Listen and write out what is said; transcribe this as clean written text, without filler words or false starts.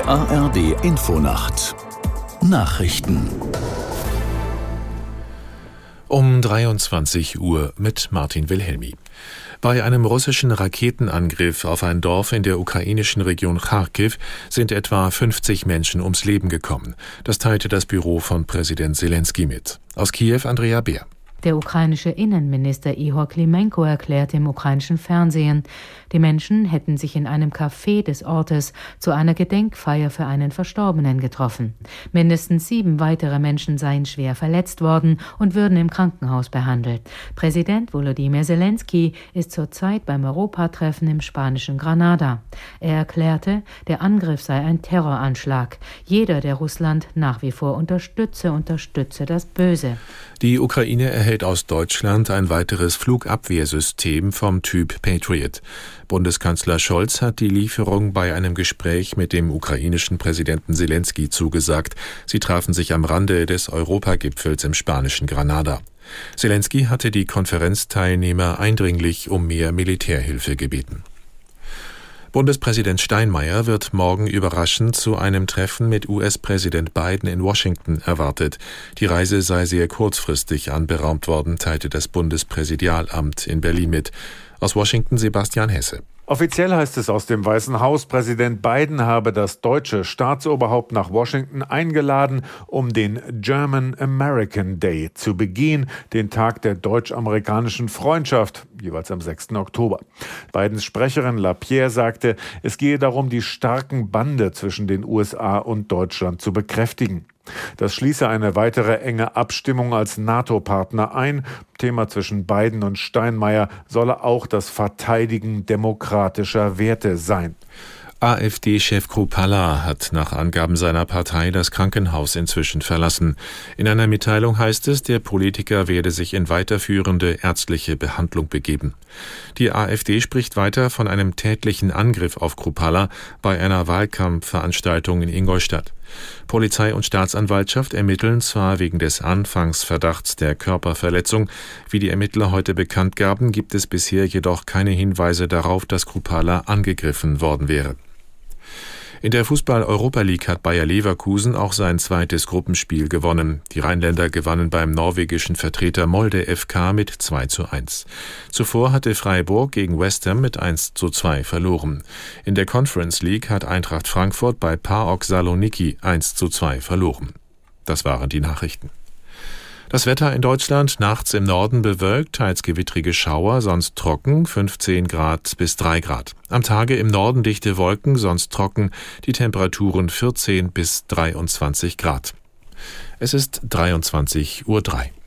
ARD Infonacht Nachrichten um 23 Uhr mit Martin Wilhelmi. Bei einem russischen Raketenangriff auf ein Dorf in der ukrainischen Region Charkiw sind etwa 50 Menschen ums Leben gekommen. Das teilte das Büro von Präsident Selenskyj mit. Aus Kiew Andrea Beer. Der ukrainische Innenminister Ihor Klimenko erklärte im ukrainischen Fernsehen, die Menschen hätten sich in einem Café des Ortes zu einer Gedenkfeier für einen Verstorbenen getroffen. Mindestens 7 weitere Menschen seien schwer verletzt worden und würden im Krankenhaus behandelt. Präsident Volodymyr Selenskyj ist zurzeit beim Europatreffen im spanischen Granada. Er erklärte, der Angriff sei ein Terroranschlag. Jeder, der Russland nach wie vor unterstütze das Böse. Die Ukraine erhält aus Deutschland ein weiteres Flugabwehrsystem vom Typ Patriot. Bundeskanzler Scholz hat die Lieferung bei einem Gespräch mit dem ukrainischen Präsidenten Selenskyj zugesagt. Sie trafen sich am Rande des Europagipfels im spanischen Granada. Selenskyj hatte die Konferenzteilnehmer eindringlich um mehr Militärhilfe gebeten. Bundespräsident Steinmeier wird morgen überraschend zu einem Treffen mit US-Präsident Biden in Washington erwartet. Die Reise sei sehr kurzfristig anberaumt worden, teilte das Bundespräsidialamt in Berlin mit. Aus Washington Sebastian Hesse. Offiziell heißt es aus dem Weißen Haus, Präsident Biden habe das deutsche Staatsoberhaupt nach Washington eingeladen, um den German American Day zu begehen, den Tag der deutsch-amerikanischen Freundschaft, jeweils am 6. Oktober. Bidens Sprecherin LaPierre sagte, es gehe darum, die starken Bande zwischen den USA und Deutschland zu bekräftigen. Das schließe eine weitere enge Abstimmung als NATO-Partner ein. Thema zwischen Biden und Steinmeier solle auch das Verteidigen demokratischer Werte sein. AfD-Chef Kruppalla hat nach Angaben seiner Partei das Krankenhaus inzwischen verlassen. In einer Mitteilung heißt es, der Politiker werde sich in weiterführende ärztliche Behandlung begeben. Die AfD spricht weiter von einem tätlichen Angriff auf Kruppalla bei einer Wahlkampfveranstaltung in Ingolstadt. Polizei und Staatsanwaltschaft ermitteln zwar wegen des Anfangsverdachts der Körperverletzung. Wie die Ermittler heute bekannt gaben, gibt es bisher jedoch keine Hinweise darauf, dass Kruppalla angegriffen worden wäre. In der Fußball-Europa League hat Bayer Leverkusen auch sein zweites Gruppenspiel gewonnen. Die Rheinländer gewannen beim norwegischen Vertreter Molde FK mit 2:1. Zuvor hatte Freiburg gegen West Ham mit 1:2 verloren. In der Conference League hat Eintracht Frankfurt bei PAOK Saloniki 1:2 verloren. Das waren die Nachrichten. Das Wetter in Deutschland: nachts im Norden bewölkt, teils gewittrige Schauer, sonst trocken, 15 Grad bis 3 Grad. Am Tage im Norden dichte Wolken, sonst trocken, die Temperaturen 14 bis 23 Grad. Es ist 23:03 Uhr.